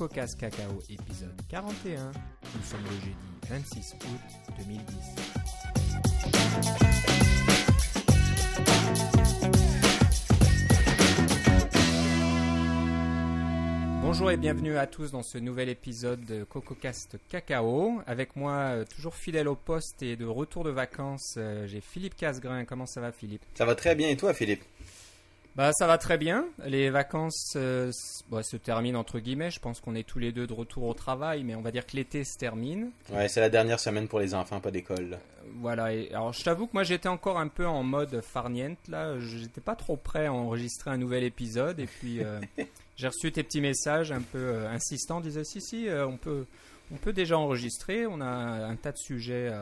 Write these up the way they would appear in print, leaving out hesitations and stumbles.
CocoCast Cacao, épisode 41. Nous sommes le jeudi 26 août 2010. Bonjour et bienvenue à tous dans ce nouvel épisode de CocoCast Cacao. Avec moi, toujours fidèle au poste et de retour de vacances, j'ai Philippe Casgrain. Comment ça va, Philippe? Ça va très bien, et toi, Philippe? Ça va très bien. Les vacances se terminent entre guillemets. Je pense qu'on est tous les deux de retour au travail, mais on va dire que l'été se termine. Ouais, c'est la dernière semaine pour les enfants, pas d'école. Voilà. Et alors, je t'avoue que moi, j'étais encore un peu en mode farniente là. J'étais pas trop prêt à enregistrer un nouvel épisode. Et puis, j'ai reçu tes petits messages un peu insistants. Disaient si, on peut déjà enregistrer. On a un tas de sujets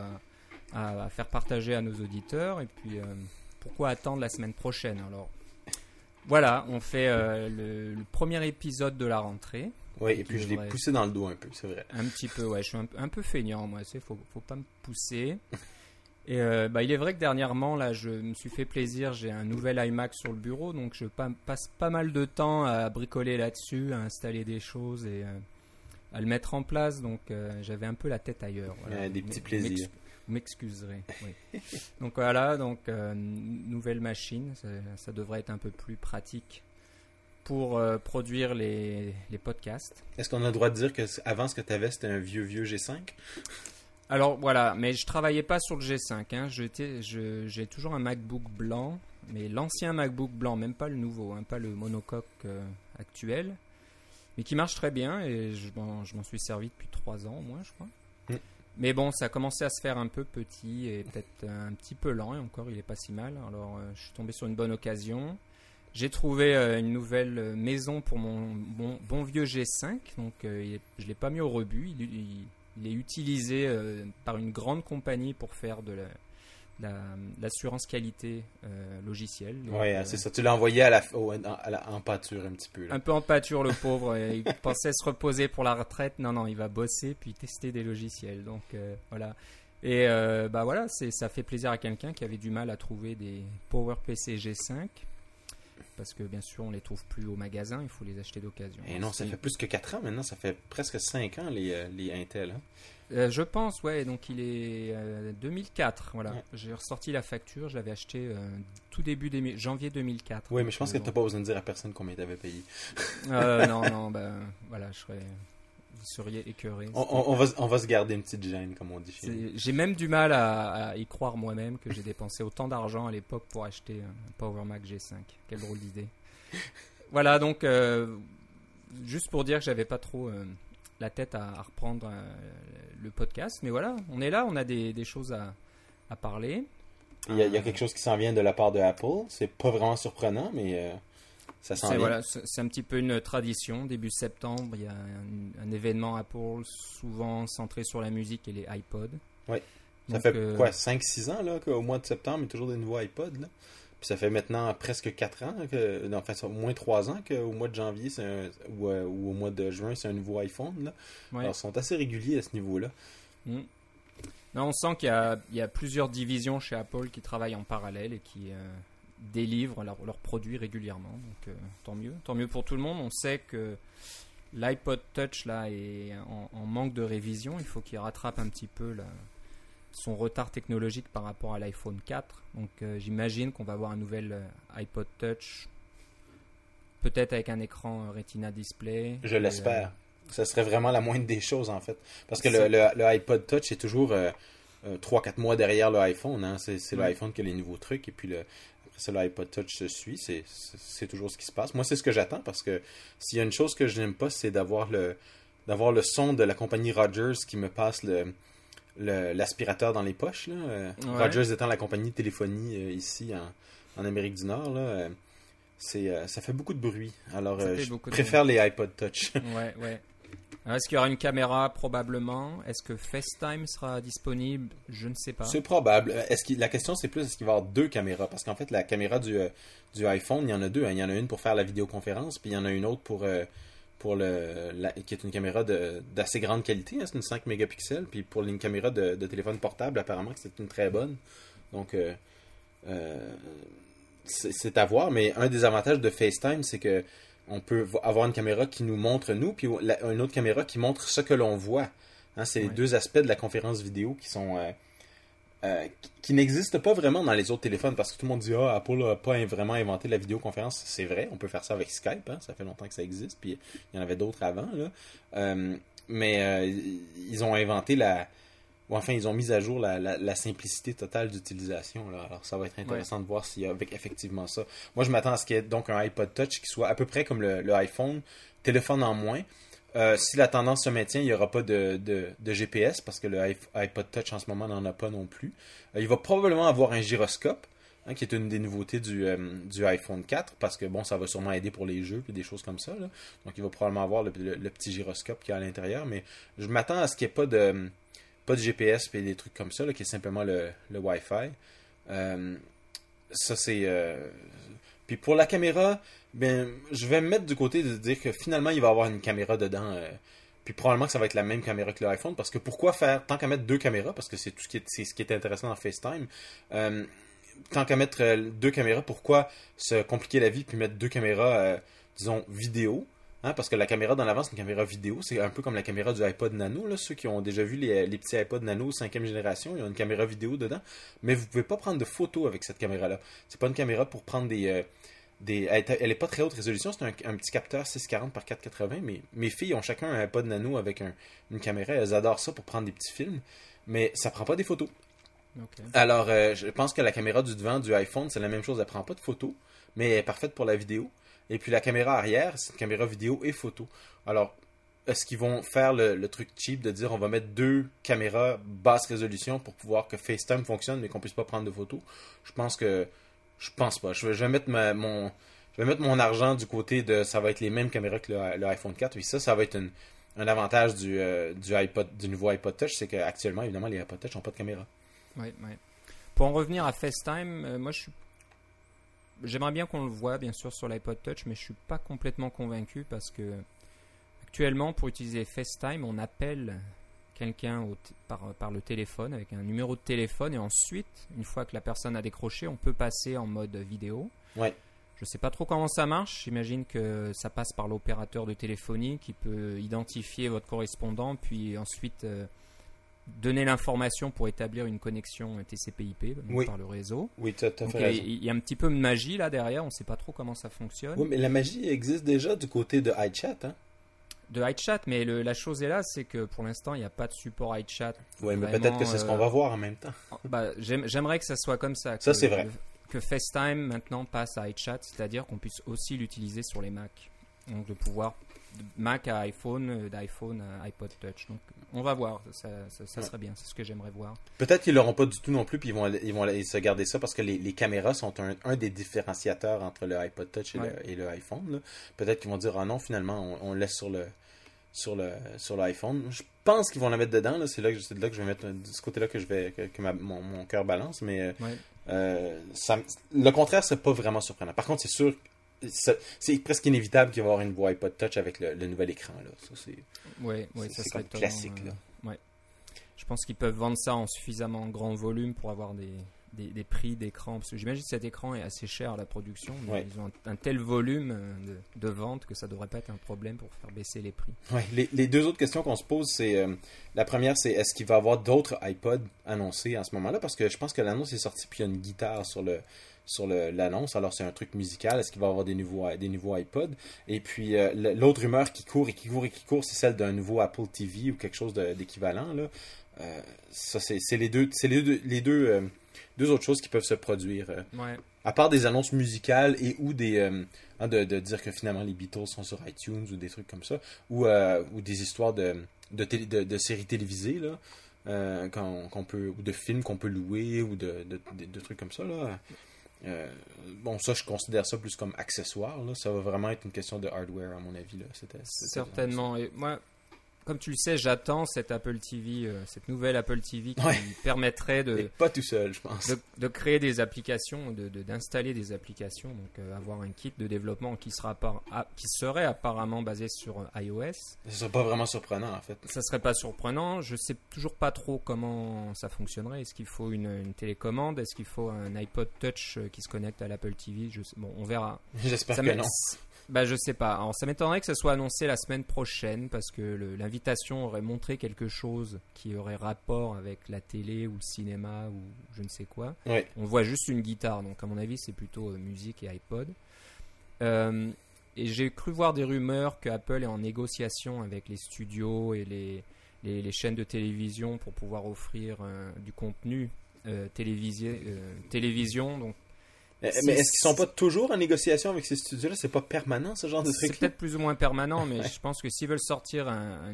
à faire partager à nos auditeurs. Et puis, pourquoi attendre la semaine prochaine? Alors. Voilà, on fait le premier épisode de la rentrée. Oui, et puis je l'ai poussé dans le dos un peu, c'est vrai. Un petit peu, ouais, je suis un peu feignant, moi, faut pas me pousser. Et il est vrai que dernièrement, là, je me suis fait plaisir, j'ai un nouvel iMac sur le bureau, donc je passe pas mal de temps à bricoler là-dessus, à installer des choses et à le mettre en place, donc j'avais un peu la tête ailleurs. Voilà. Des petits plaisirs. Vous m'excuserez. Oui. Donc voilà, nouvelle machine, ça devrait être un peu plus pratique pour produire les podcasts. Est-ce qu'on a le droit de dire que avant ce que tu avais, c'était un vieux G5? Alors voilà, mais je travaillais pas sur le G5. Hein. J'ai toujours un MacBook blanc, mais l'ancien MacBook blanc, même pas le nouveau, pas le monocoque actuel, mais qui marche très bien et je m'en suis servi depuis 3 ans au moins, je crois. Mais bon, ça a commencé à se faire un peu petit et peut-être un petit peu lent, et encore il est pas si mal. Alors je suis tombé sur une bonne occasion. J'ai trouvé une nouvelle maison pour mon bon vieux G5, donc je l'ai pas mis au rebut. Il est utilisé par une grande compagnie pour faire de l'assurance qualité logicielle. Oui, c'est ça. Tu l'as envoyé en pâture un petit peu. Là. Un peu en pâture, le pauvre. Il pensait se reposer pour la retraite. Non, il va bosser puis tester des logiciels. Donc, voilà. Et voilà, ça fait plaisir à quelqu'un qui avait du mal à trouver des PowerPC G5. Parce que, bien sûr, on ne les trouve plus au magasin. Il faut les acheter d'occasion. Et non, ça fait plus que 4 ans maintenant. Ça fait presque 5 ans, les Intel. Hein? Je pense, ouais. Donc, il est 2004. Voilà. Ouais. J'ai ressorti la facture. Je l'avais acheté tout début janvier 2004. Oui, mais je pense que tu n'as pas besoin de dire à personne combien tu avais payé. Non, voilà, vous seriez écœurés. On va se garder une petite gêne, comme on dit chez nous. J'ai même du mal à y croire moi-même que j'ai dépensé autant d'argent à l'époque pour acheter un Power Mac G5. Quelle drôle d'idée. Voilà, donc, juste pour dire que j'avais pas trop la tête à reprendre le podcast. Mais voilà, on est là, on a des choses à parler. Il y a quelque chose qui s'en vient de la part de Apple. C'est pas vraiment surprenant, mais... ça s'en vient. Voilà, c'est un petit peu une tradition. Début septembre, il y a un événement Apple, souvent centré sur la musique et les iPods. Oui. Ça fait 5-6 ans là, qu'au mois de septembre, il y a toujours des nouveaux iPods. Là. Puis ça fait maintenant presque 4 ans, au moins 3 ans qu'au mois de janvier ou au mois de juin, c'est un nouveau iPhone. Là. Ouais. Alors, ils sont assez réguliers à ce niveau-là. Non, on sent qu'il y a plusieurs divisions chez Apple qui travaillent en parallèle et qui... délivrent leurs produits régulièrement, donc tant mieux pour tout le monde. On sait que l'iPod Touch là est en manque de révision, il faut qu'il rattrape un petit peu son retard technologique par rapport à l'iPhone 4, donc j'imagine qu'on va avoir un nouvel iPod Touch, peut-être avec un écran Retina Display. Je l'espère. Ça serait vraiment la moindre des choses en fait, parce que le iPod Touch est toujours 3-4 mois derrière l'iPhone, hein. C'est l'iPhone qui a les nouveaux trucs, et puis après ça, l'iPod Touch se suit. C'est toujours ce qui se passe. Moi, c'est ce que j'attends, parce que s'il y a une chose que je n'aime pas, c'est d'avoir le son de la compagnie Rogers qui me passe l'aspirateur dans les poches. Là. Ouais. Rogers étant la compagnie de téléphonie ici en Amérique du Nord, là, ça fait beaucoup de bruit. Alors, je préfère les iPod Touch. Ouais. Alors, est-ce qu'il y aura une caméra? Probablement. Est-ce que FaceTime sera disponible? Je ne sais pas. C'est probable. La question, c'est plus, est-ce qu'il va y avoir 2 caméras? Parce qu'en fait, la caméra du iPhone, il y en a 2. Hein. Il y en a une pour faire la vidéoconférence, puis il y en a une autre qui est une caméra d'assez grande qualité. Hein. C'est une 5 mégapixels. Puis pour une caméra de téléphone portable, apparemment, c'est une très bonne. Donc, c'est à voir. Mais un des avantages de FaceTime, c'est que on peut avoir une caméra qui nous montre nous, puis une autre caméra qui montre ce que l'on voit. Hein, c'est les deux aspects de la conférence vidéo qui sont qui n'existent pas vraiment dans les autres téléphones, parce que tout le monde dit Apple n'a pas vraiment inventé la vidéoconférence. C'est vrai, on peut faire ça avec Skype, hein, ça fait longtemps que ça existe, puis il y en avait d'autres avant là. Mais ils ont inventé ils ont mis à jour la simplicité totale d'utilisation. Là. Alors, ça va être intéressant de voir s'il y a effectivement ça. Moi, je m'attends à ce qu'il y ait donc un iPod Touch qui soit à peu près comme le iPhone, téléphone en moins. Si la tendance se maintient, il n'y aura pas de GPS, parce que le iPod Touch en ce moment n'en a pas non plus. Il va probablement avoir un gyroscope, hein, qui est une des nouveautés du iPhone 4, parce que bon, ça va sûrement aider pour les jeux et des choses comme ça. Là. Donc, il va probablement avoir le petit gyroscope qu'il y a à l'intérieur, mais je m'attends à ce qu'il n'y ait pas de GPS et des trucs comme ça, là, qui est simplement le Wi-Fi. Ça, c'est... Puis pour la caméra, je vais me mettre du côté de dire que finalement, il va y avoir une caméra dedans. Puis probablement que ça va être la même caméra que l'iPhone, parce que pourquoi faire, tant qu'à mettre deux caméras, parce que c'est ce qui est intéressant dans FaceTime, tant qu'à mettre deux caméras, pourquoi se compliquer la vie puis mettre deux caméras, disons, vidéo? Hein, parce que la caméra dans l'avant, c'est une caméra vidéo. C'est un peu comme la caméra du iPod Nano. Là. Ceux qui ont déjà vu les petits iPod Nano 5e génération, ils ont une caméra vidéo dedans. Mais vous ne pouvez pas prendre de photos avec cette caméra-là. C'est pas une caméra pour prendre elle n'est pas très haute résolution. C'est un petit capteur 640 par 480. Mais mes filles ont chacun un iPod Nano avec une caméra. Elles adorent ça pour prendre des petits films. Mais ça prend pas des photos. Okay. Alors, je pense que la caméra du devant du iPhone, c'est la même chose. Elle prend pas de photos, mais elle est parfaite pour la vidéo. Et puis la caméra arrière, c'est une caméra vidéo et photo. Alors, est-ce qu'ils vont faire le truc cheap de dire on va mettre deux caméras basse résolution pour pouvoir que FaceTime fonctionne mais qu'on puisse pas prendre de photos? Je pense pas. Je vais mettre mon argent du côté de ça va être les mêmes caméras que le iPhone 4. Et ça va être un avantage du nouveau iPod Touch, c'est qu'actuellement, évidemment, les iPod Touch n'ont pas de caméra. Oui. Pour en revenir à FaceTime, moi j'aimerais bien qu'on le voit bien sûr sur l'iPod Touch, mais je suis pas complètement convaincu parce que actuellement pour utiliser FaceTime, on appelle quelqu'un par le téléphone avec un numéro de téléphone et ensuite, une fois que la personne a décroché, on peut passer en mode vidéo. Ouais. Je sais pas trop comment ça marche. J'imagine que ça passe par l'opérateur de téléphonie qui peut identifier votre correspondant puis ensuite donner l'information pour établir une connexion TCP/IP par le réseau. Oui, tu as fait raison. Il y a un petit peu de magie là derrière, on ne sait pas trop comment ça fonctionne. Oui, mais la magie existe déjà du côté de iChat. Hein? De iChat, mais la chose est là, c'est que pour l'instant, il n'y a pas de support iChat. Oui, mais peut-être que c'est ce qu'on va voir en même temps. J'aimerais que ça soit comme ça. Ça, c'est vrai. Que FaceTime maintenant passe à iChat, c'est-à-dire qu'on puisse aussi l'utiliser sur les Mac. Donc de pouvoir de Mac à iPhone, d'iPhone à iPod Touch. Donc on va voir, ça serait bien, c'est ce que j'aimerais voir. Peut-être qu'ils l'auront pas du tout non plus, puis ils vont se garder ça parce que les caméras sont un des différenciateurs entre le iPod Touch et le iPhone. Là. Peut-être qu'ils vont dire non, finalement on laisse sur l'iPhone. Je pense qu'ils vont la mettre dedans. Là. C'est là que je vais mettre de ce côté-là que mon cœur balance, mais le contraire serait pas vraiment surprenant. Par contre, c'est sûr. C'est presque inévitable qu'il va y avoir une voix iPod Touch avec le nouvel écran. Là. Ça, ça serait comme classique. Là. Je pense qu'ils peuvent vendre ça en suffisamment grand volume pour avoir des prix d'écran. Parce que j'imagine que cet écran est assez cher à la production. Mais ils ont un tel volume de vente que ça ne devrait pas être un problème pour faire baisser les prix. Ouais, les deux autres questions qu'on se pose, c'est la première, c'est est-ce qu'il va y avoir d'autres iPods annoncés en ce moment-là? Parce que je pense que l'annonce est sortie puis il y a une guitare sur l'annonce, alors c'est un truc musical. Est-ce qu'il va y avoir des nouveaux iPods? Et puis l'autre rumeur qui court, c'est celle d'un nouveau Apple TV ou quelque chose d'équivalent. Là. Ça, c'est les deux autres choses qui peuvent se produire. À part des annonces musicales et ou de dire que finalement les Beatles sont sur iTunes ou des trucs comme ça, ou des histoires de séries télévisées là. Ou de films qu'on peut louer ou de trucs comme ça là. Ça je considère ça plus comme accessoire là. Ça va vraiment être une question de hardware à mon avis là. Certainement. Et moi comme tu le sais, j'attends cette Apple TV, cette nouvelle Apple TV qui permettrait Et pas tout seul, je pense. de créer des applications, d'installer des applications, donc avoir un kit de développement qui serait apparemment basé sur iOS. Ce serait pas vraiment surprenant, en fait. Ça serait pas surprenant. Je sais toujours pas trop comment ça fonctionnerait. Est-ce qu'il faut une télécommande? Est-ce qu'il faut un iPod Touch qui se connecte à l'Apple TV? Bon, on verra. J'espère que non. Je sais pas. Alors, ça m'étonnerait que ça soit annoncé la semaine prochaine parce que l'invitation aurait montré quelque chose qui aurait rapport avec la télé ou le cinéma ou je ne sais quoi. Oui. On voit juste une guitare, donc à mon avis c'est plutôt musique et iPod. Et j'ai cru voir des rumeurs que Apple est en négociation avec les studios et les chaînes de télévision pour pouvoir offrir du contenu télévision. Donc mais est-ce qu'ils sont pas toujours en négociation avec ces studios-là? C'est pas permanent, ce genre de truc? C'est peut-être plus ou moins permanent, mais je pense que s'ils veulent sortir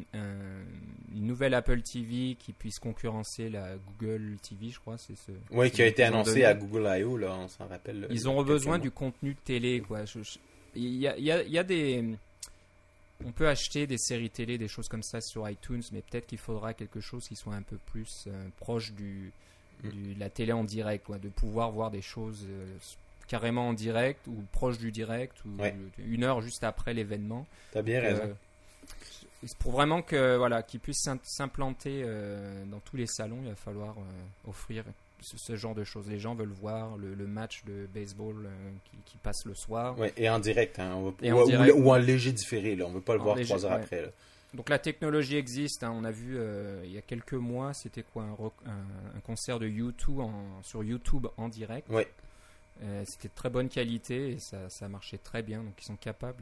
une nouvelle Apple TV qui puisse concurrencer la Google TV, je crois, Oui, qui a été annoncé à Google I.O., là, on s'en rappelle. Ils ont besoin du contenu télé, quoi. Il y a des... On peut acheter des séries télé, des choses comme ça sur iTunes, mais peut-être qu'il faudra quelque chose qui soit un peu plus proche de la télé en direct, quoi, de pouvoir voir des choses carrément en direct ou proche du direct ou une heure juste après l'événement. T'as bien raison. Pour vraiment que qu'ils puissent s'implanter dans tous les salons, il va falloir offrir ce genre de choses. Les gens veulent voir le match de baseball qui passe le soir. Ouais, et en direct, hein, ou en léger différé. Là. On ne veut pas le voir 3 heures après. Là. Donc la technologie existe, hein. On a vu il y a quelques mois, c'était quoi un concert de U2 sur YouTube en direct. Ouais. C'était de très bonne qualité et ça marchait très bien. Donc ils sont capables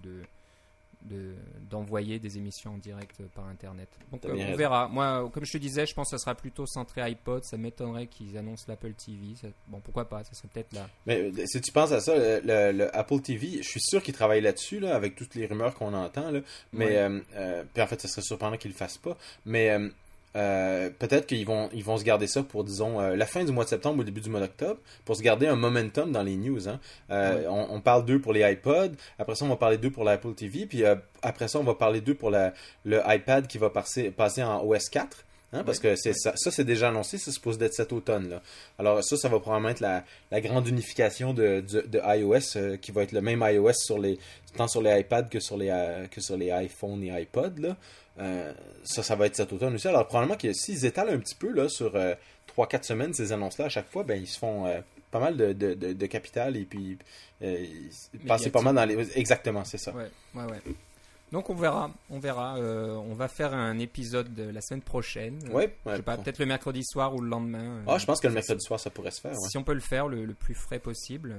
d'envoyer des émissions en direct par internet. Donc on verra. Moi, comme je te disais, je pense que ça sera plutôt centré iPod. Ça m'étonnerait qu'ils annoncent l'Apple TV. Bon, pourquoi pas? Ça serait peut-être là. Mais si tu penses à ça, le Apple TV, je suis sûr qu'ils travaillent là-dessus, là, avec toutes les rumeurs qu'on entend. Là. Mais puis en fait, ça serait surprenant qu'ils le fassent pas. Mais peut-être qu'ils vont se garder ça pour, disons, la fin du mois de septembre ou le début du mois d'octobre, pour se garder un momentum dans les news. Hein. On parle d'eux pour les iPods, après ça on va parler d'eux pour l'Apple TV, puis après ça on va parler d'eux pour le iPad qui va passer en OS 4. Hein, parce que ça c'est déjà annoncé, ça suppose d'être cet automne. Là. Alors ça va probablement être la grande unification de iOS, qui va être le même iOS tant sur les iPads que sur les iPhones et iPods. Là. Ça va être cet automne aussi. Alors probablement que s'ils étalent un petit peu là, sur 3-4 semaines ces annonces-là à chaque fois, ben ils se font pas mal de capital et puis passer pas mal dans les... Exactement, c'est ça. Ouais. Donc on verra. On va faire un épisode la semaine prochaine. Je sais pas, peut-être le mercredi soir ou le lendemain. Je pense que le mercredi soir ça pourrait se faire. Si on peut le faire le plus frais possible.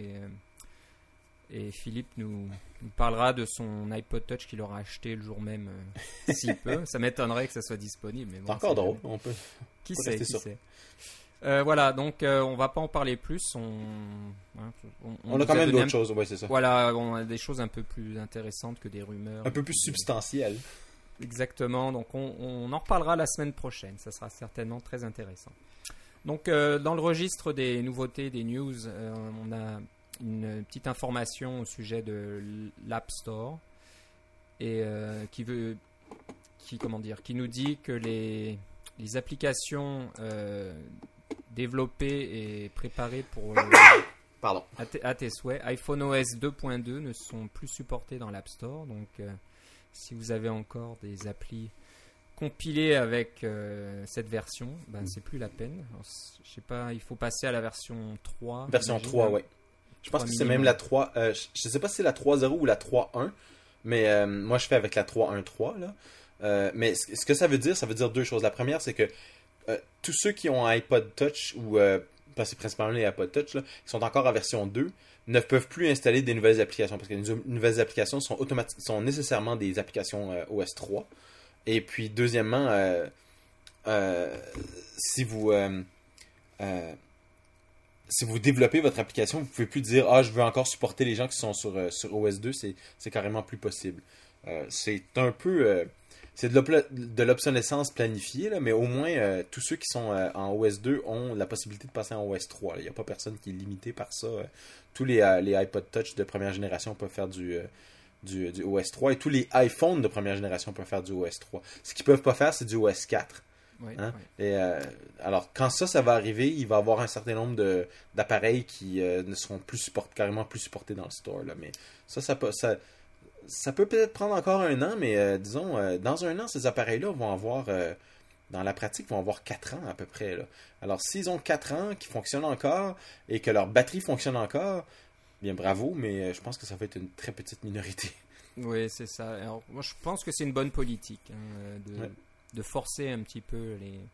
Et Philippe nous parlera de son iPod Touch qu'il aura acheté le jour même, s'il peut. Ça m'étonnerait que ça soit disponible. Mais bon, c'est encore drôle. On peut. Qui sait. Voilà, donc on va pas en parler plus. On a quand même d'autres choses, c'est ça. Voilà, on a des choses un peu plus intéressantes que des rumeurs. Un peu plus substantielles. Exactement, donc on en reparlera la semaine prochaine. Ça sera certainement très intéressant. Donc dans le registre des nouveautés, des news, on a une petite information au sujet de l'App Store et qui nous dit que les applications développées et préparées pour à tes souhaits, iPhone OS 2.2 ne sont plus supportées dans l'App Store. Donc si vous avez encore des applis compilées avec cette version, c'est plus la peine. Alors, je sais pas, il faut passer à la version 3. Version 3, oui. Je pense que c'est même la 3. Je ne sais pas si c'est la 3.0 ou la 3.1, mais moi je fais avec la 3.1.3 là. Mais ce que ça veut dire deux choses. La première, c'est que tous ceux qui ont un iPod Touch ou c'est principalement les iPod Touch là, qui sont encore en version 2 ne peuvent plus installer des nouvelles applications parce que les nouvelles applications sont nécessairement des applications OS 3. Et puis deuxièmement, si vous développez votre application, vous ne pouvez plus dire je veux encore supporter les gens qui sont sur OS 2, c'est carrément plus possible. C'est un peu c'est de l'obsolescence planifiée, là, mais au moins tous ceux qui sont en OS 2 ont la possibilité de passer en OS 3. Il n'y a pas personne qui est limité par ça. Tous les iPod Touch de première génération peuvent faire du du OS 3 et tous les iPhones de première génération peuvent faire du OS 3. Ce qu'ils peuvent pas faire, c'est du OS 4. Oui, Hein? oui. Et, alors, quand ça va arriver, il va y avoir un certain nombre d'appareils qui ne seront carrément plus supportés dans le store. Là. Mais ça peut peut-être prendre encore un an, mais disons, dans un an, ces appareils-là vont avoir, dans la pratique, vont avoir 4 ans à peu près. Là. Alors, s'ils ont 4 ans, qui fonctionnent encore, et que leur batterie fonctionne encore, bien bravo, mais je pense que ça va être une très petite minorité. Oui, c'est ça. Alors, moi, je pense que c'est une bonne politique Ouais. de forcer un petit peu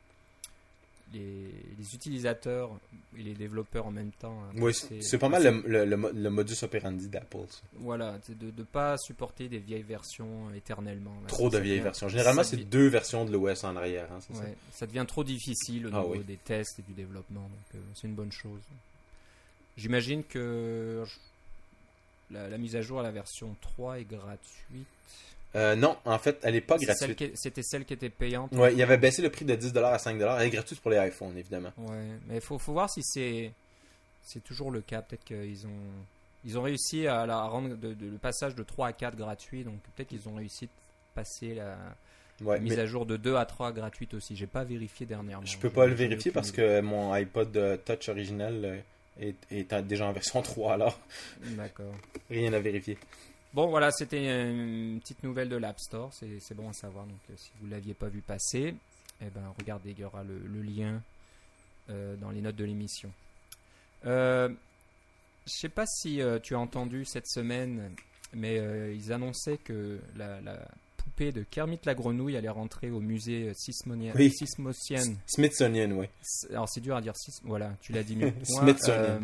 les utilisateurs et les développeurs en même temps. Oui, c'est pas mal le modus operandi d'Apple. Ça. Voilà, c'est de ne pas supporter des vieilles versions éternellement. Là, Trop de vieilles versions. Généralement, c'est 2 versions de l'OS en arrière. Hein, c'est ouais, ça devient trop difficile au niveau oui. des tests et du développement. Donc, c'est une bonne chose. J'imagine que la mise à jour à la version 3 est gratuite. Non, en fait, elle n'est pas gratuite. C'était celle qui était payante. Ouais, il avait baissé le prix de 10$ à 5$. Elle est gratuite pour les iPhones, évidemment. Ouais, mais il faut voir si c'est toujours le cas. Peut-être ils ont réussi à la rendre le passage de 3 à 4 gratuit. Donc peut-être qu'ils ont réussi à passer la mise à jour de 2 à 3 gratuite aussi. J'ai pas vérifié dernièrement. Je peux pas le vérifier parce que mon iPod Touch original est déjà en version 3 alors. D'accord. Rien à vérifier. Bon, voilà, c'était une petite nouvelle de l'App Store. C'est bon à savoir. Donc, si vous ne l'aviez pas vu passer, eh ben, regardez, il y aura le lien dans les notes de l'émission. Je ne sais pas si tu as entendu cette semaine, mais ils annonçaient que la poupée de Kermit la grenouille allait rentrer au musée Smithsonian. Smithsonian, oui. Alors, c'est dur à dire. Voilà, tu l'as dit mieux. Smithsonian.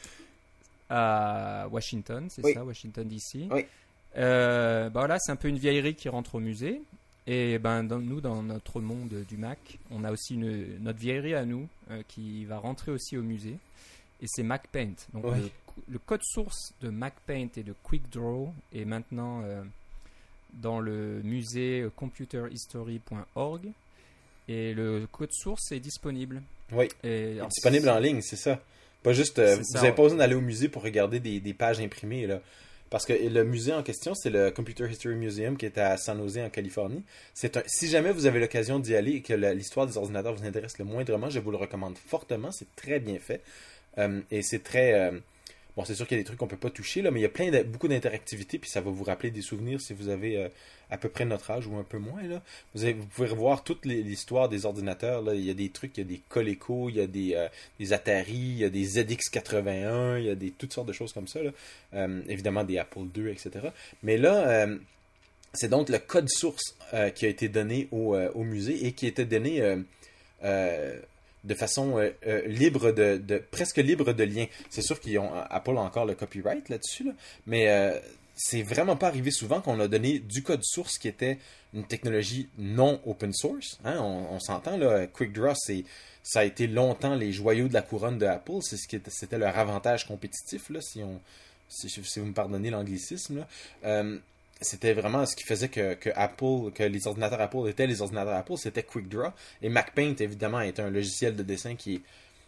À Washington, c'est ça, Washington DC. Oui. Voilà, c'est un peu une vieillerie qui rentre au musée. Et dans notre monde du Mac, on a aussi notre vieillerie à nous qui va rentrer aussi au musée. Et c'est MacPaint. Donc le code source de MacPaint et de QuickDraw est maintenant dans le musée computerhistory.org. Et le code source est disponible. Oui. Disponible en ligne, c'est ça. Pas juste, vous n'avez pas besoin d'aller au musée pour regarder des pages imprimées, là. Parce que le musée en question, c'est le Computer History Museum qui est à San Jose, en Californie. Si jamais vous avez l'occasion d'y aller et que l'histoire des ordinateurs vous intéresse le moindrement, je vous le recommande fortement. C'est très bien fait. Et c'est très... bon, c'est sûr qu'il y a des trucs qu'on peut pas toucher, là, mais il y a beaucoup d'interactivité, puis ça va vous rappeler des souvenirs si vous avez à peu près notre âge ou un peu moins. Là. Vous pouvez revoir toute l'histoire des ordinateurs. Là. Il y a des trucs, il y a des Coleco, il y a des Atari, il y a des ZX81, il y a toutes sortes de choses comme ça. Là. Évidemment, des Apple II, etc. Mais là, c'est donc le code source qui a été donné au musée et qui était donné... de façon libre presque libre de lien. C'est sûr Apple a encore le copyright là-dessus, là, mais c'est vraiment pas arrivé souvent qu'on a donné du code source qui était une technologie non open source. Hein? On s'entend, là, QuickDraw, ça a été longtemps les joyaux de la couronne de Apple. C'était leur avantage compétitif, là, si vous me pardonnez l'anglicisme. Là. C'était vraiment ce qui faisait que les ordinateurs Apple étaient les ordinateurs Apple, c'était QuickDraw. Et MacPaint, évidemment, est un logiciel de dessin qui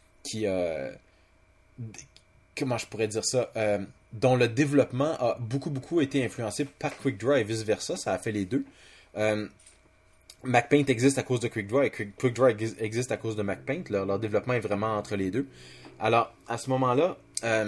comment je pourrais dire ça, dont le développement a beaucoup été influencé par QuickDraw et vice-versa. Ça a fait les deux. MacPaint existe à cause de QuickDraw et QuickDraw existe à cause de MacPaint. Leur développement est vraiment entre les deux. Alors, à ce moment-là,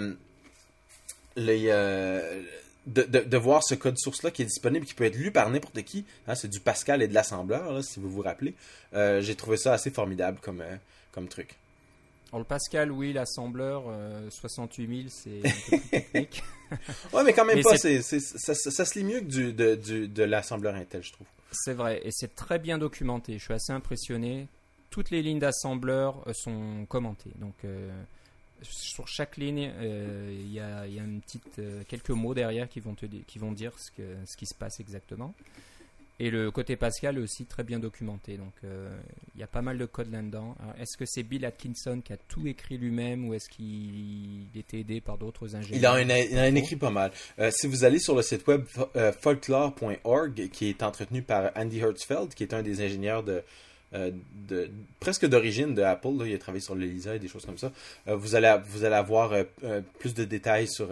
de voir ce code source-là qui est disponible, qui peut être lu par n'importe qui, hein, c'est du Pascal et de l'assembleur, là, si vous vous rappelez. J'ai trouvé ça assez formidable comme truc. Alors le Pascal, oui, l'assembleur 68000, c'est un peu plus technique. Ouais, mais quand même pas, ça se lit mieux que de l'assembleur Intel, je trouve. C'est vrai, et c'est très bien documenté. Je suis assez impressionné. Toutes les lignes d'assembleur sont commentées. Donc sur chaque ligne, il y a une petite, quelques mots derrière qui vont dire ce qui se passe exactement. Et le côté Pascal est aussi très bien documenté. Donc, il y a pas mal de code là-dedans. Alors, est-ce que c'est Bill Atkinson qui a tout écrit lui-même ou est-ce qu'il était aidé par d'autres ingénieurs? Il en a écrit pas mal. Si vous allez sur le site web folklore.org, qui est entretenu par Andy Hertzfeld, qui est un des ingénieurs presque d'origine de Apple, là, il a travaillé sur le Lisa et des choses comme ça. Vous allez avoir plus de détails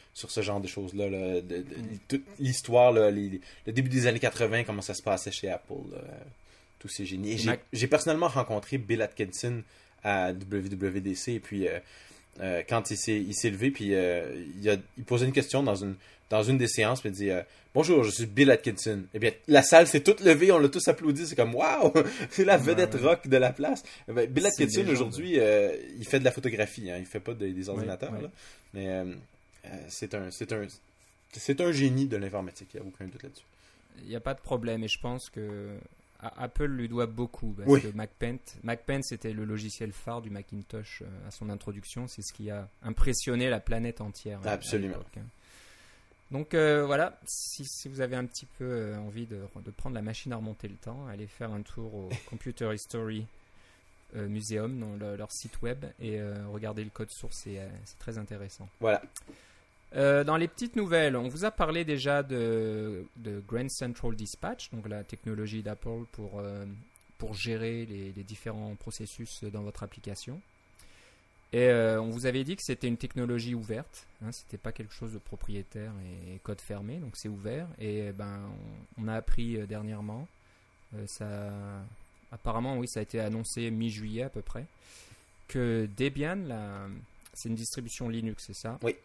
sur ce genre de choses-là. Là, toute l'histoire, là, le début des années 80, comment ça se passait chez Apple. Là, tous ces génies. Et j'ai personnellement rencontré Bill Atkinson à WWDC. Et puis, quand il s'est levé, puis il posait une question dans une des séances, puis il dit bonjour, je suis Bill Atkinson. Eh bien, la salle s'est toute levée, on l'a tous applaudi, c'est comme waouh, c'est la vedette rock de la place. Bill Atkinson aujourd'hui, il fait de la photographie, hein, il fait pas des ordinateurs, là, mais c'est un génie de l'informatique, il n'y a aucun doute là-dessus. Il n'y a pas de problème, et je pense que Apple lui doit beaucoup, parce que MacPaint, c'était le logiciel phare du Macintosh à son introduction, c'est ce qui a impressionné la planète entière. Absolument. Donc voilà, si vous avez un petit peu envie de prendre la machine à remonter le temps, allez faire un tour au Computer History Museum, dans leur site web, et regardez le code source, c'est très intéressant. Voilà. Dans les petites nouvelles, on vous a parlé déjà de Grand Central Dispatch, donc la technologie d'Apple pour gérer les différents processus dans votre application. Et on vous avait dit que c'était une technologie ouverte, hein, c'était pas quelque chose de propriétaire et code fermé, donc c'est ouvert. Et on a appris dernièrement, apparemment oui, ça a été annoncé mi-juillet à peu près, que Debian, c'est une distribution Linux, c'est ça ? Oui.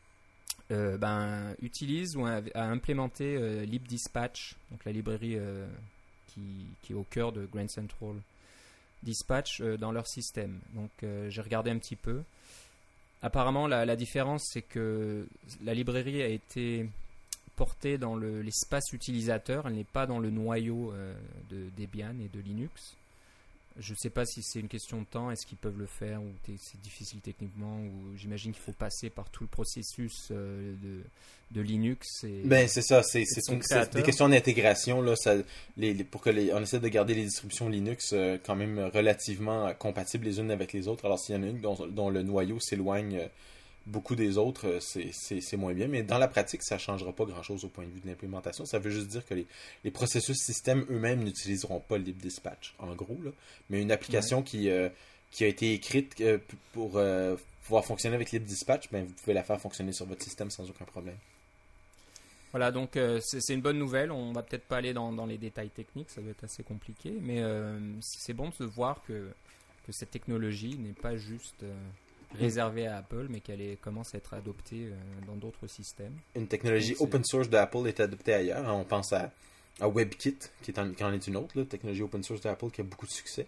Utilise ou a implémenté libdispatch, donc la librairie qui est au cœur de Grand Central Dispatch dans leur système. Donc j'ai regardé un petit peu. Apparemment la différence, c'est que la librairie a été portée dans l'espace utilisateur, elle n'est pas dans le noyau de Debian et de Linux. Je ne sais pas si c'est une question de temps, est-ce qu'ils peuvent le faire ou c'est difficile techniquement, ou j'imagine qu'il faut passer par tout le processus de Linux. C'est ça, c'est des questions d'intégration là, pour on essaie de garder les distributions Linux quand même relativement compatibles les unes avec les autres. Alors s'il y en a une dont le noyau s'éloigne beaucoup des autres, c'est moins bien, mais dans la pratique, ça ne changera pas grand-chose au point de vue de l'implémentation. Ça veut juste dire que les processus système eux-mêmes n'utiliseront pas le libdispatch, en gros, là, mais une application qui a été écrite pour pouvoir fonctionner avec libdispatch, vous pouvez la faire fonctionner sur votre système sans aucun problème. Voilà, donc c'est une bonne nouvelle. On va peut-être pas aller dans les détails techniques, ça doit être assez compliqué, mais c'est bon de voir que cette technologie n'est pas juste réservée à Apple, mais qu'elle commence à être adoptée dans d'autres systèmes. Une technologie open source d'Apple est adoptée ailleurs. On pense à WebKit, qui en est une autre, là, technologie open source d'Apple qui a beaucoup de succès.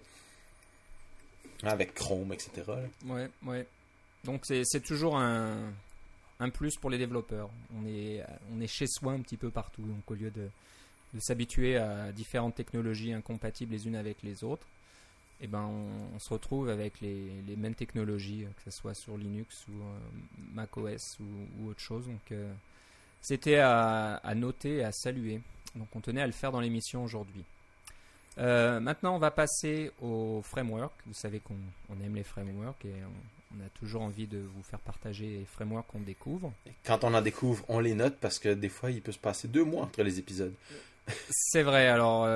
Avec Chrome, etc. Ouais. Donc c'est toujours un plus pour les développeurs. On est chez soi un petit peu partout. Donc au lieu de s'habituer à différentes technologies incompatibles les unes avec les autres, on se retrouve avec les mêmes technologies, que ce soit sur Linux ou macOS ou autre chose. Donc c'était à noter et à saluer. Donc on tenait à le faire dans l'émission aujourd'hui. Maintenant on va passer au framework. Vous savez qu'on aime les frameworks et on a toujours envie de vous faire partager les frameworks qu'on découvre. Quand on en découvre, on les note parce que des fois il peut se passer 2 mois entre les épisodes. C'est vrai, alors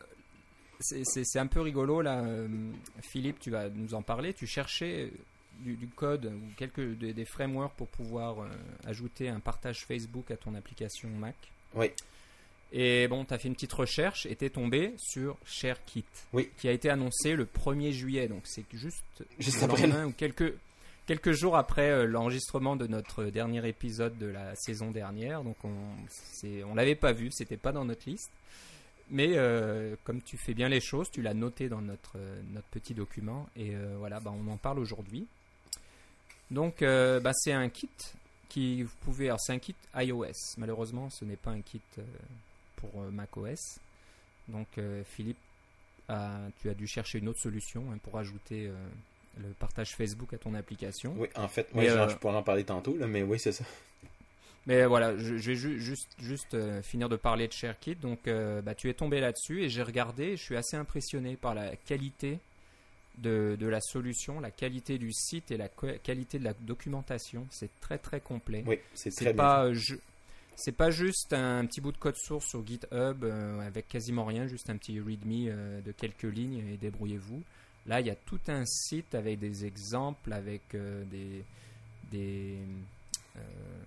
c'est un peu rigolo là. Philippe, tu vas nous en parler. Tu cherchais du code ou des frameworks pour pouvoir ajouter un partage Facebook à ton application Mac. Oui. Et tu as fait une petite recherche et tu es tombé sur ShareKit, qui a été annoncé le 1er juillet. Donc c'est juste après ou quelques jours après l'enregistrement de notre dernier épisode de la saison dernière. Donc on l'avait pas vu, c'était pas dans notre liste. Mais comme tu fais bien les choses, tu l'as noté dans notre petit document. Et on en parle aujourd'hui. Donc c'est un kit qui vous pouvez... Alors c'est un kit iOS. Malheureusement, ce n'est pas un kit pour macOS. Donc Philippe, tu as dû chercher une autre solution pour ajouter le partage Facebook à ton application. Oui, en fait, je pourrais en parler tantôt, là, mais oui, c'est ça. Mais voilà, je vais juste finir de parler de ShareKit. Donc, tu es tombé là-dessus et j'ai regardé. Et je suis assez impressionné par la qualité de la solution, la qualité du site et la qualité de la documentation. C'est très très complet. Oui, c'est très bien. C'est pas juste un petit bout de code source sur GitHub avec quasiment rien, juste un petit README de quelques lignes et débrouillez-vous. Là, il y a tout un site avec des exemples, avec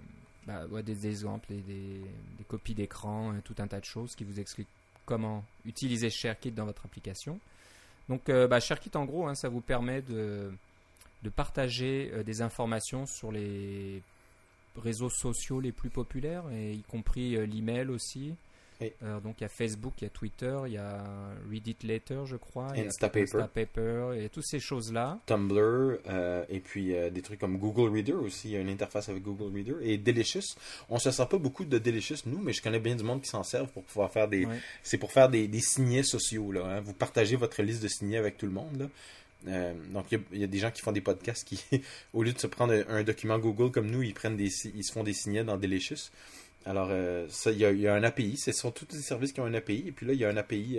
des exemples, des copies d'écran, tout un tas de choses qui vous expliquent comment utiliser ShareKit dans votre application. Donc ShareKit en gros, ça vous permet de partager des informations sur les réseaux sociaux les plus populaires, et y compris l'email aussi. Oui. Donc il y a Facebook, il y a Twitter, il y a Reddit Later, je crois, Instapaper, et toutes ces choses-là. Tumblr, et puis des trucs comme Google Reader aussi, il y a une interface avec Google Reader, et Delicious. On se sert pas beaucoup de Delicious, nous, mais je connais bien du monde qui s'en servent pour pouvoir faire c'est pour faire des signets sociaux, là, hein. Vous partagez votre liste de signets avec tout le monde, là. Donc il y a des gens qui font des podcasts qui, au lieu de se prendre un document Google comme nous, ils se font des signets dans Delicious. Alors ça, il y a un API, ce sont tous des services qui ont un API, et puis là il y a un API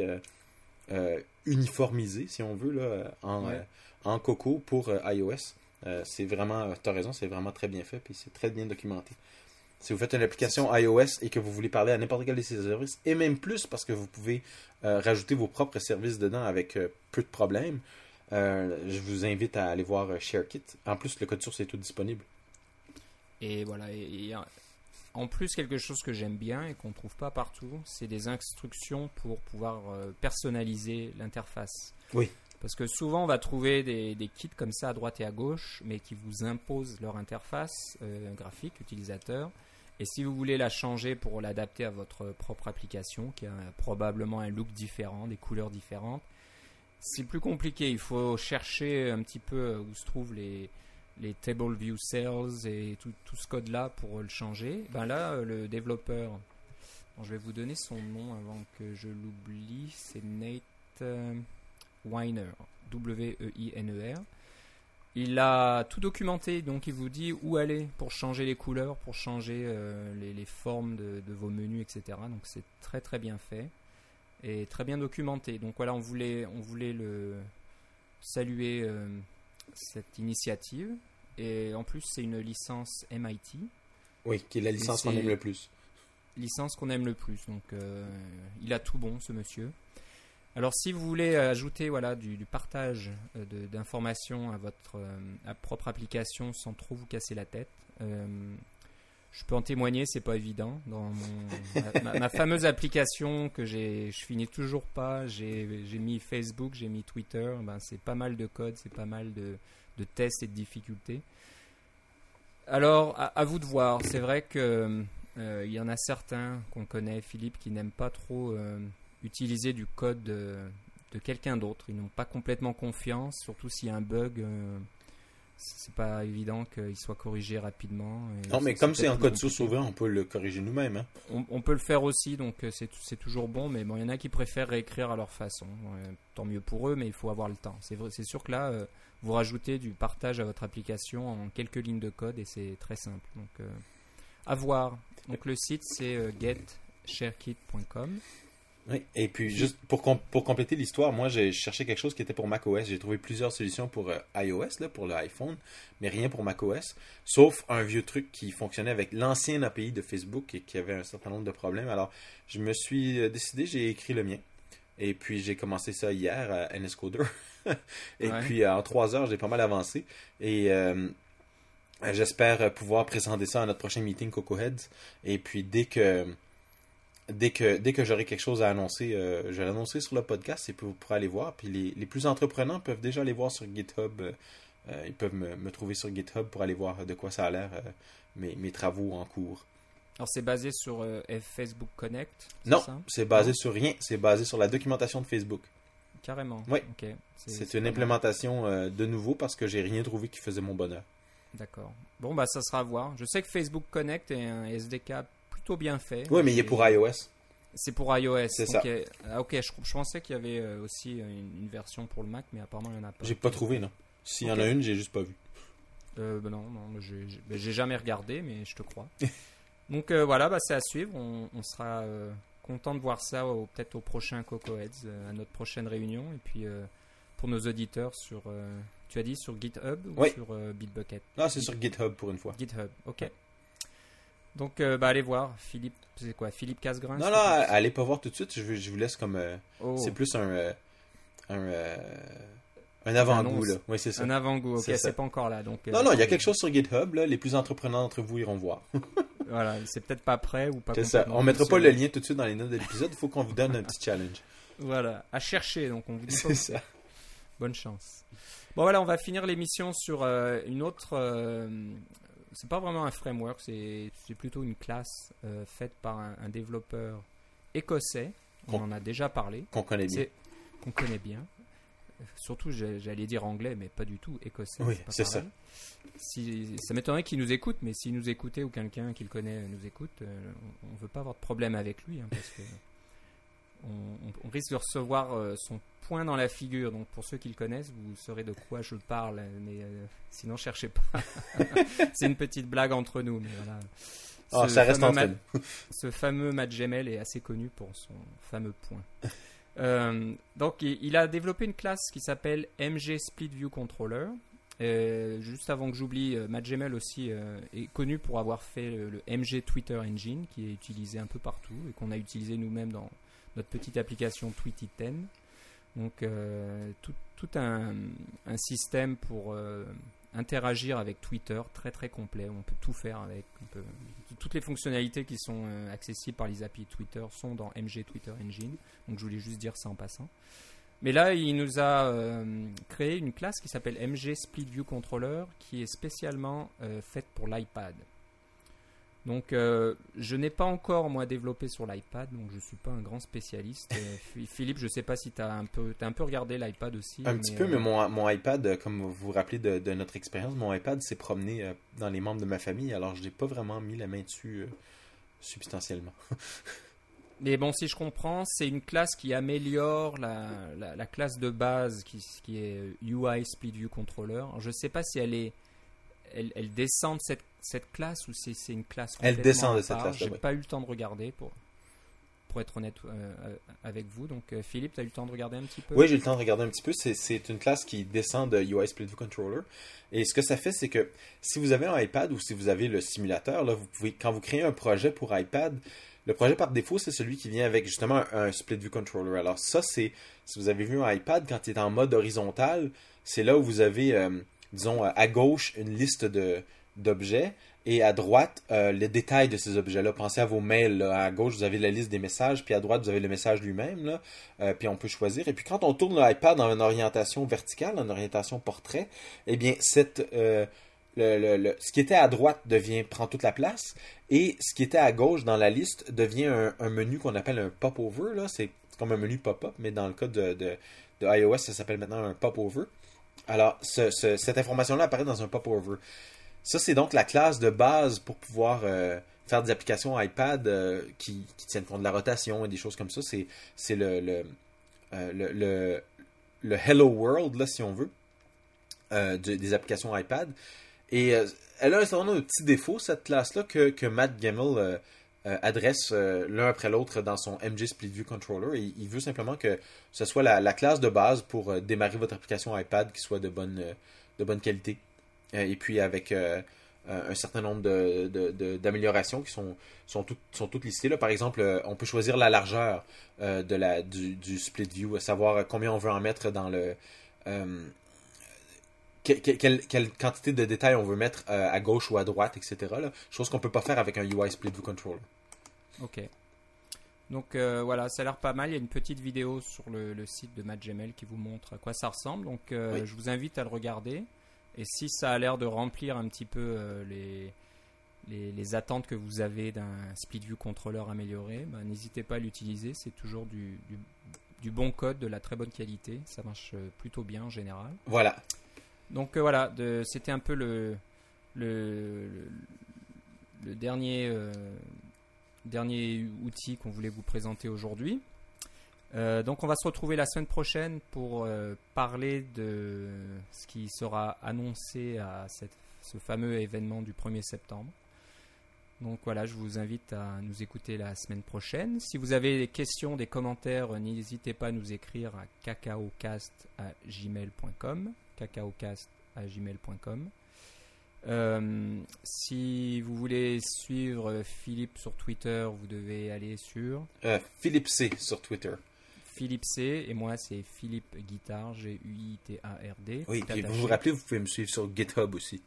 uniformisé, si on veut, là, en Coco pour iOS. C'est vraiment, tu as raison, c'est vraiment très bien fait, puis c'est très bien documenté. Si vous faites une application iOS et que vous voulez parler à n'importe quel de ces services, et même plus parce que vous pouvez rajouter vos propres services dedans avec peu de problèmes, je vous invite à aller voir ShareKit. En plus, le code source est tout disponible. Et voilà, et en plus, quelque chose que j'aime bien et qu'on ne trouve pas partout, c'est des instructions pour pouvoir personnaliser l'interface. Oui. Parce que souvent, on va trouver des kits comme ça à droite et à gauche, mais qui vous imposent leur interface graphique, utilisateur. Et si vous voulez la changer pour l'adapter à votre propre application, qui a probablement un look différent, des couleurs différentes, c'est plus compliqué. Il faut chercher un petit peu où se trouvent les Table View Cells et tout ce code-là pour le changer. Là, le développeur, je vais vous donner son nom avant que je l'oublie, c'est Nate Weiner, W-E-I-N-E-R. Il a tout documenté, donc il vous dit où aller pour changer les couleurs, pour changer les formes de vos menus, etc. Donc c'est très très bien fait et très bien documenté. Donc voilà, on voulait le saluer cette initiative, et en plus c'est une licence MIT. Oui, qui est la licence qu'on aime le plus. Licence qu'on aime le plus, donc il a tout bon, ce monsieur. Alors si vous voulez ajouter du partage d'informations à votre propre application sans trop vous casser la tête, je peux en témoigner, c'est pas évident. Dans ma fameuse application que je finis toujours pas, j'ai mis Facebook, j'ai mis Twitter, c'est pas mal de code, c'est pas mal de tests et de difficultés. Alors à vous de voir, c'est vrai que il y en a certains qu'on connaît, Philippe, qui n'aiment pas trop utiliser du code de quelqu'un d'autre. Ils n'ont pas complètement confiance, surtout s'il y a un bug. C'est pas évident qu'il soit corrigé rapidement. Non, mais comme c'est un code source ouvert, on peut le corriger nous-mêmes. Hein. On peut le faire aussi, donc c'est toujours bon, mais bon, il y en a qui préfèrent réécrire à leur façon. Tant mieux pour eux, mais il faut avoir le temps. C'est sûr que là, vous rajoutez du partage à votre application en quelques lignes de code, et c'est très simple. Donc, à voir. Donc le site, c'est getsharekit.com. Oui, et puis juste pour compléter l'histoire, moi j'ai cherché quelque chose qui était pour macOS. J'ai trouvé plusieurs solutions pour iOS, là, pour l'iPhone, mais rien pour macOS, sauf un vieux truc qui fonctionnait avec l'ancien API de Facebook et qui avait un certain nombre de problèmes. Alors je me suis décidé, j'ai écrit le mien, et puis j'ai commencé ça hier à NSCoder. Et puis en 3 heures, j'ai pas mal avancé, et j'espère pouvoir présenter ça à notre prochain meeting Coco Heads. Et puis dès que j'aurai quelque chose à annoncer, je vais l'annoncer sur le podcast, et puis vous pourrez aller voir. Puis les plus entreprenants peuvent déjà aller voir sur GitHub. Ils peuvent me trouver sur GitHub pour aller voir de quoi ça a l'air, mes travaux en cours. Alors c'est basé sur Facebook Connect? Non, c'est basé sur rien. C'est basé sur la documentation de Facebook. Carrément? Oui. Okay. C'est une implémentation de nouveau parce que j'ai rien trouvé qui faisait mon bonheur. D'accord. Bon, ça sera à voir. Je sais que Facebook Connect est un SDK plutôt bien fait. Oui, mais il est pour iOS. C'est pour iOS. C'est ça. Ok, je pensais qu'il y avait aussi une version pour le Mac, mais apparemment il n'y en a pas. J'ai pas trouvé, non. S'il y en a une, j'ai juste pas vu. Non, j'ai jamais regardé, mais je te crois. Donc voilà, c'est à suivre. On sera content de voir ça peut-être au prochain Coco Heads, à notre prochaine réunion. Et puis pour nos auditeurs tu as dit sur GitHub ou sur Bitbucket? Non, c'est sur GitHub pour une fois. GitHub, ok. Donc, allez voir. Philippe, c'est quoi? Philippe Casgrain? Non, allez pas voir tout de suite. Je vous laisse comme... C'est plus un avant-goût, là. Oui, c'est ça. Un avant-goût, ok, c'est pas encore là. Donc, non, il y a quelque chose sur GitHub, là. Les plus entreprenants d'entre vous iront voir. Voilà, c'est peut-être pas prêt ou pas. C'est ça. On mettra pas le lien tout de suite dans les notes de l'épisode. Il faut qu'on vous donne un petit challenge. Voilà, à chercher. Donc on vous dit pas. C'est ça. Bonne chance. Bon voilà, on va finir l'émission sur une autre. C'est pas vraiment un framework, c'est plutôt une classe faite par un développeur écossais. On en a déjà parlé. Qu'on connaît bien. Qu'on connaît bien. Surtout, j'allais dire anglais, mais pas du tout écossais. Oui, c'est ça. Ça m'étonnerait qu'il nous écoute, mais s'il nous écoutait ou quelqu'un qu'il connaît nous écoute, on ne veut pas avoir de problème avec lui, hein, parce que on risque de recevoir son poing dans la figure. Donc pour ceux qui le connaissent, vous saurez de quoi je parle, mais sinon cherchez pas. C'est une petite blague entre nous, mais voilà. Ça reste entre nous. Ce fameux Matt Gemmell est assez connu pour son fameux point. Donc il a développé une classe qui s'appelle MG Split View Controller. Juste avant que j'oublie, Matt Gemmell aussi est connu pour avoir fait le MG Twitter Engine, qui est utilisé un peu partout et qu'on a utilisé nous-mêmes dans notre petite application Tweety 10. Donc tout un système pour interagir avec Twitter très très complet. On peut tout faire avec. Toutes les fonctionnalités qui sont accessibles par les API Twitter sont dans MG Twitter Engine. Donc je voulais juste dire ça en passant. Mais là, il nous a créé une classe qui s'appelle MG Split View Controller, qui est spécialement faite pour l'iPad. Donc je n'ai pas encore moi développé sur l'iPad, donc je ne suis pas un grand spécialiste. Philippe, je ne sais pas si tu as un peu regardé l'iPad aussi. Un petit peu, mais mon iPad, comme vous vous rappelez de notre expérience, mon iPad s'est promené dans les membres de ma famille, alors je n'ai pas vraiment mis la main dessus substantiellement. Mais bon, si je comprends, c'est une classe qui améliore la classe de base qui est UI Split View Controller. Alors, je ne sais pas si elle descend de cette classe ou si c'est une classe complètement. Elle descend de cette classe. J'ai pas eu le temps de regarder pour être honnête avec vous. Donc Philippe, tu as eu le temps de regarder un petit peu? Oui, j'ai eu le temps de regarder un petit peu. C'est une classe qui descend de UI Split View Controller. Et ce que ça fait, c'est que si vous avez un iPad ou si vous avez le simulateur, là, vous pouvez, quand vous créez un projet pour iPad, le projet par défaut, c'est celui qui vient avec justement un Split View Controller. Alors ça, c'est, si vous avez vu un iPad, quand il est en mode horizontal, c'est là où vous avez, disons, à gauche, une liste d'objets et à droite, les détails de ces objets-là. Pensez à vos mails. Là. À gauche, vous avez la liste des messages, puis à droite, vous avez le message lui-même. Là. Puis on peut choisir. Et puis quand on tourne l'iPad dans une orientation verticale, en orientation portrait, eh bien, ce qui était à droite prend toute la place et ce qui était à gauche dans la liste devient un menu qu'on appelle un pop-over. Là. C'est comme un menu pop-up, mais dans le cas de iOS, ça s'appelle maintenant un pop-over. Alors, cette information-là apparaît dans un pop-over. Ça, c'est donc la classe de base pour pouvoir faire des applications iPad qui tiennent compte de la rotation et des choses comme ça. C'est le Hello World, là, si on veut, des applications iPad. Et elle a un certain nombre de petits défauts, cette classe-là, que Matt Gemmell adresse l'un après l'autre dans son MG Split View Controller. Et il veut simplement que ce soit la classe de base pour démarrer votre application iPad qui soit de bonne qualité. Et puis avec un certain nombre d'améliorations qui sont toutes listées. Là. Par exemple, on peut choisir la largeur du Split View, savoir combien on veut en mettre dans le... Quelle quantité de détails on veut mettre à gauche ou à droite, etc. Là. Chose qu'on ne peut pas faire avec un UI Split View Controller. Ok. Donc voilà, ça a l'air pas mal. Il y a une petite vidéo sur le site de Matt Gemmell qui vous montre à quoi ça ressemble. Donc oui. Je vous invite à le regarder. Et si ça a l'air de remplir un petit peu les attentes que vous avez d'un Split View Controller amélioré, n'hésitez pas à l'utiliser. C'est toujours du bon code, de la très bonne qualité. Ça marche plutôt bien en général. Voilà. Donc voilà, c'était un peu le dernier outil qu'on voulait vous présenter aujourd'hui. Donc on va se retrouver la semaine prochaine pour parler de ce qui sera annoncé à ce fameux événement du 1er septembre. Donc voilà, je vous invite à nous écouter la semaine prochaine. Si vous avez des questions, des commentaires, n'hésitez pas à nous écrire à cacaocast@gmail.com. cacaocast@gmail.com. Si vous voulez suivre Philippe sur Twitter, vous devez aller sur Philippe C sur Twitter. Philippe C et moi c'est Philippe Guitard, Guitard. Oui, et vous vous rappelez, vous pouvez me suivre sur GitHub aussi.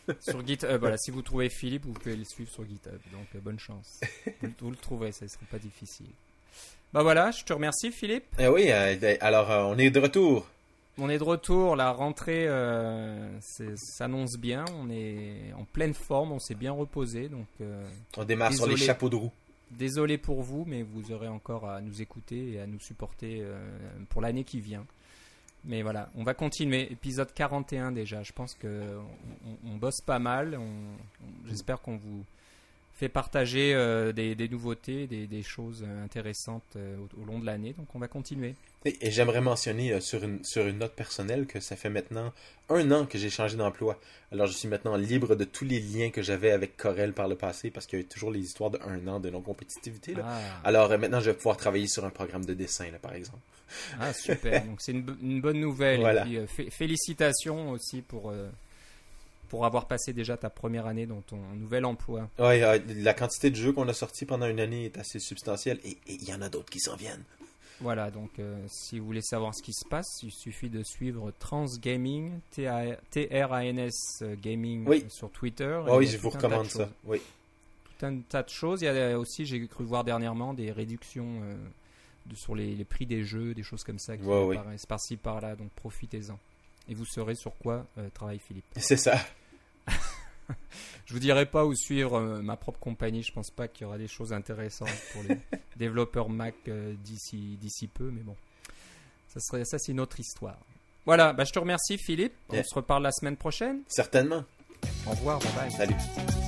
Sur GitHub, voilà, si vous trouvez Philippe, vous pouvez le suivre sur GitHub. Donc, bonne chance. Vous le trouverez, ça ne sera pas difficile. Bah voilà, je te remercie, Philippe. Oui, alors on est de retour. On est de retour, la rentrée s'annonce bien, on est en pleine forme, on s'est bien reposé. Donc, on démarre sur les chapeaux de roue. Désolé pour vous, mais vous aurez encore à nous écouter et à nous supporter pour l'année qui vient. Mais voilà, on va continuer. Épisode 41 déjà, je pense qu'on bosse pas mal. J'espère qu'on vous fait partager des nouveautés, des choses intéressantes au long de l'année. Donc on va continuer. Et j'aimerais mentionner sur une note personnelle que ça fait maintenant 1 an que j'ai changé d'emploi. Alors je suis maintenant libre de tous les liens que j'avais avec Corel par le passé parce qu'il y a toujours les histoires de 1 an de non-compétitivité. Là. Alors maintenant je vais pouvoir travailler sur un programme de dessin, là, par exemple. Ah super, donc c'est une bonne nouvelle. Voilà. Et puis, félicitations aussi pour avoir passé déjà ta première année dans ton nouvel emploi. Oui, la quantité de jeux qu'on a sortis pendant une année est assez substantielle et il y en a d'autres qui s'en viennent. Voilà, donc si vous voulez savoir ce qui se passe, il suffit de suivre Trans Gaming, T-R-A-N-S Gaming sur Twitter. Oui, je vous recommande ça. Oui. Tout un tas de choses. Il y a aussi, j'ai cru voir dernièrement, des réductions sur les prix des jeux, des choses comme ça qui apparaissent par-ci par-là, donc profitez-en. Et vous saurez sur quoi travaille Philippe. C'est ça. Je vous dirai pas où suivre ma propre compagnie. Je pense pas qu'il y aura des choses intéressantes pour les développeurs Mac d'ici peu, mais bon, ça c'est une autre histoire. Voilà, je te remercie Philippe. On se reparle la semaine prochaine. Certainement. Au revoir, bye bye. Salut.